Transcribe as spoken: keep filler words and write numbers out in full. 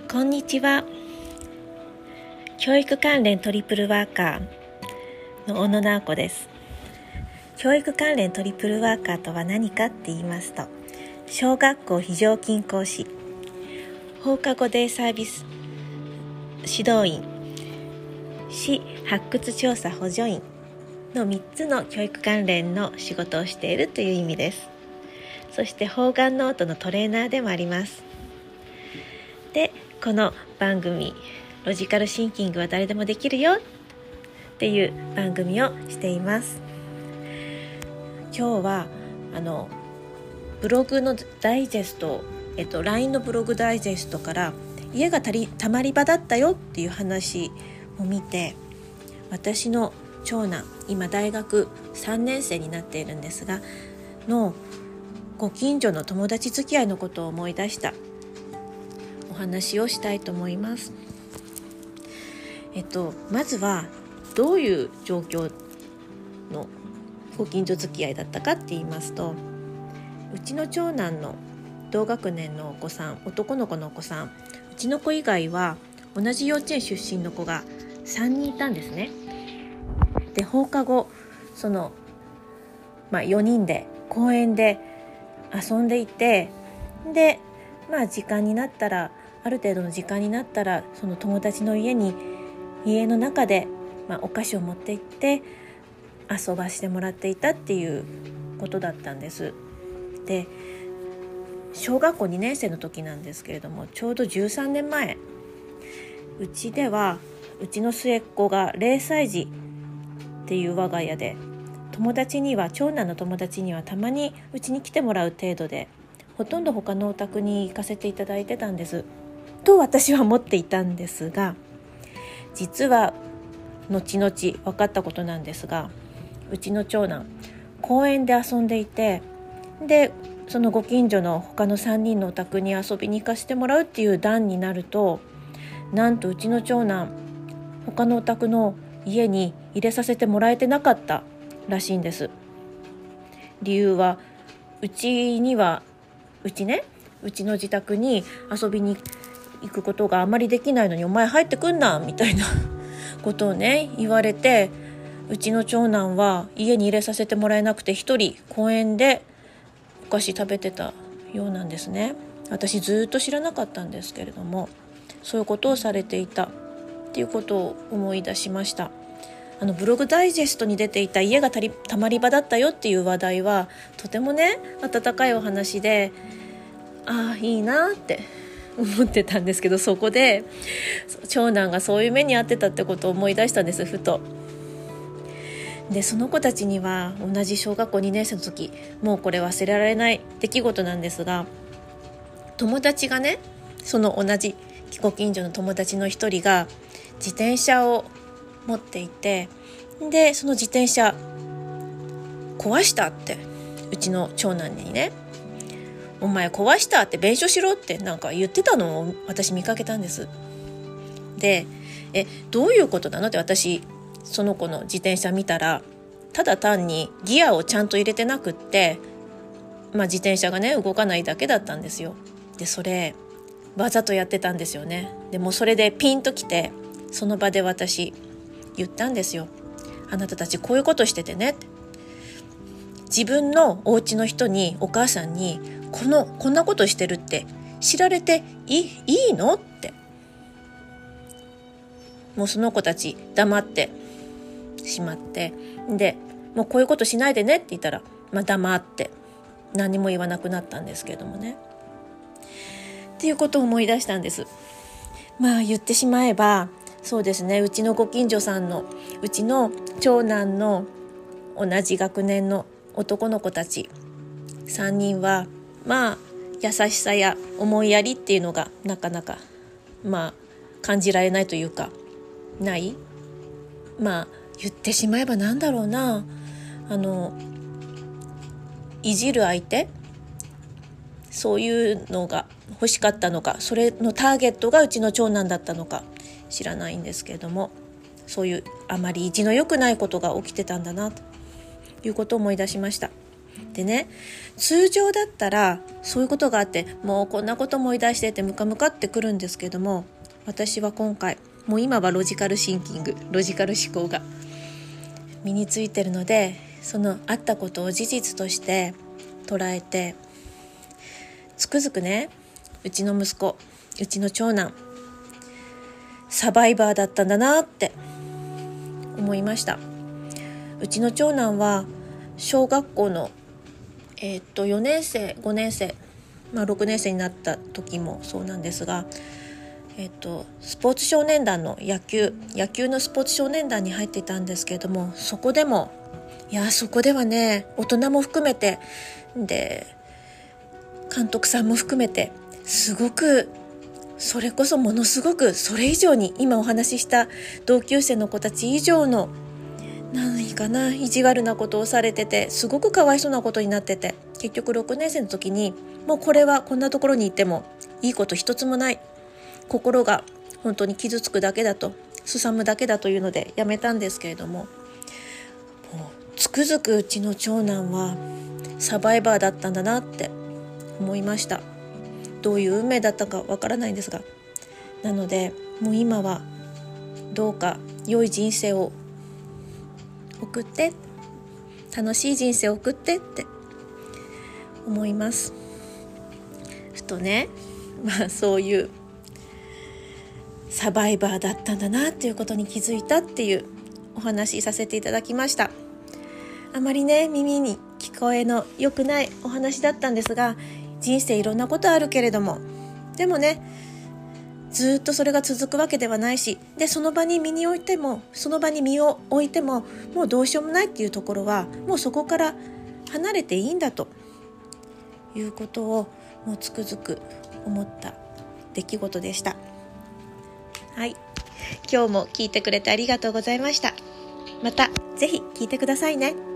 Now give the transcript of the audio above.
こんにちは。教育関連トリプルワーカーの小野直子です。教育関連トリプルワーカーとは何かって言いますと、小学校非常勤講師、放課後デイサービス指導員、市発掘調査補助員のみっつの教育関連の仕事をしているという意味です。そして方眼ノートのトレーナーでもあります。で、この番組ロジカルシンキングは誰でもできるよっていう番組をしています。今日はあのブログのダイジェスト、えっと、ライン のブログダイジェストから家がたりたまり場だったよっていう話を見て、私の長男、今大学さんねん生になっているんですがのご近所の友達付き合いのことを思い出したお話をしたいと思います。えっと、まずはどういう状況のご近所付き合いだったかって言いますと、うちの長男の同学年のお子さん、男の子のお子さん、うちの子以外は同じ幼稚園出身の子がさんにんいたんですね。で、放課後その、まあ、よにんで公園で遊んでいて、で、まあ、時間になったらある程度の時間になったらその友達の家に家の中で、まあ、お菓子を持って行って遊ばしてもらっていたっていうことだったんです。で、小学校にねん生の時なんですけれども、ちょうどじゅうさんねんまえ、うちではうちの末っ子がれいさい児っていう我が家で、友達には長男の友達にはたまにうちに来てもらう程度で、ほとんど他のお宅に行かせていただいてたんですと私は思っていたんですが、実は後々分かったことなんですが、うちの長男公園で遊んでいて、でそのご近所の他のさんにんのお宅に遊びに行かせてもらうっていう段になると、なんとうちの長男他のお宅の家に入れさせてもらえてなかったらしいんです。理由は、うちにはうちねうちの自宅に遊びに行くことがあまりできないのにお前入ってくんなみたいなことをね言われて、うちの長男は家に入れさせてもらえなくて一人公園でお菓子食べてたようなんですね。私ずっと知らなかったんですけれども、そういうことをされていたっていうことを思い出しました。あのブログダイジェストに出ていた家がたりたまり場だったよっていう話題はとてもね温かいお話で、ああいいなって思ってたんですけど、そこで長男がそういう目に遭ってたってことを思い出したんです、ふと。で、その子たちには同じ小学校にねん生の時、もうこれ忘れられない出来事なんですが、友達がね、その同じご近所の友達の一人が自転車を持っていて、でその自転車壊したってうちの長男にね、お前壊したって弁償しろってなんか言ってたのを私見かけたんです。で、えどういうことなのって私その子の自転車見たら、ただ単にギアをちゃんと入れてなくって、まあ、自転車がね動かないだけだったんですよ。でそれわざとやってたんですよね。でもそれでピンときて、その場で私言ったんですよ。あなたたちこういうことしててねって、自分のお家の人に、お母さんにこのこんなことしてるって知られていい、いいのって。もうその子たち黙ってしまって、でもうこういうことしないでねって言ったら、まあ、黙って何も言わなくなったんですけれどもね、っていうことを思い出したんです。まあ言ってしまえばそうですね、うちのご近所さんのうちの長男の同じ学年の男の子たちさんにんは、まあ優しさや思いやりっていうのがなかなかまあ感じられないというかない。まあ言ってしまえばなんだろうな、あのいじる相手、そういうのが欲しかったのか、それのターゲットがうちの長男だったのか知らないんですけれども、そういうあまり意地の良くないことが起きてたんだなということを思い出しました。 でね、通常だったらそういうことがあってもうこんなこと思い出してってムカムカってくるんですけども、私は今回もう今はロジカルシンキング、ロジカル思考が身についてるので、そのあったことを事実として捉えて、つくづくね、うちの息子、うちの長男サバイバーだったんだなって思いました。うちの長男は小学校のえー、っとよねん生ごねん生、まあ、ろくねん生になった時もそうなんですが、えー、っとスポーツ少年団の野球野球のスポーツ少年団に入っていたんですけれども、そこでもいやそこではね、大人も含めてで監督さんも含めてすごく、それこそものすごくそれ以上に今お話しした同級生の子たち以上の何かな意地悪なことをされてて、すごくかわいそうなことになってて、結局ろくねん生の時にもうこれはこんなところに行ってもいいこと一つもない、心が本当に傷つくだけだと、すさむだけだというのでやめたんですけれども、もうつくづくうちの長男はサバイバーだったんだなって思いました。どういう運命だったかわからないんですが、なのでもう今はどうか良い人生を送って、楽しい人生を送ってって思います。ふとね、まあそういうサバイバーだったんだなっていうことに気づいたっていうお話しさせていただきました。あまりね耳に聞こえの良くないお話だったんですが、人生いろんなことあるけれども、でもねずっとそれが続くわけではないし、でその場に身に置いてもその場に身を置いてももうどうしようもないっていうところはもうそこから離れていいんだということをもうつくづく思った出来事でした。はい、今日も聞いてくれてありがとうございました。またぜひ聞いてくださいね。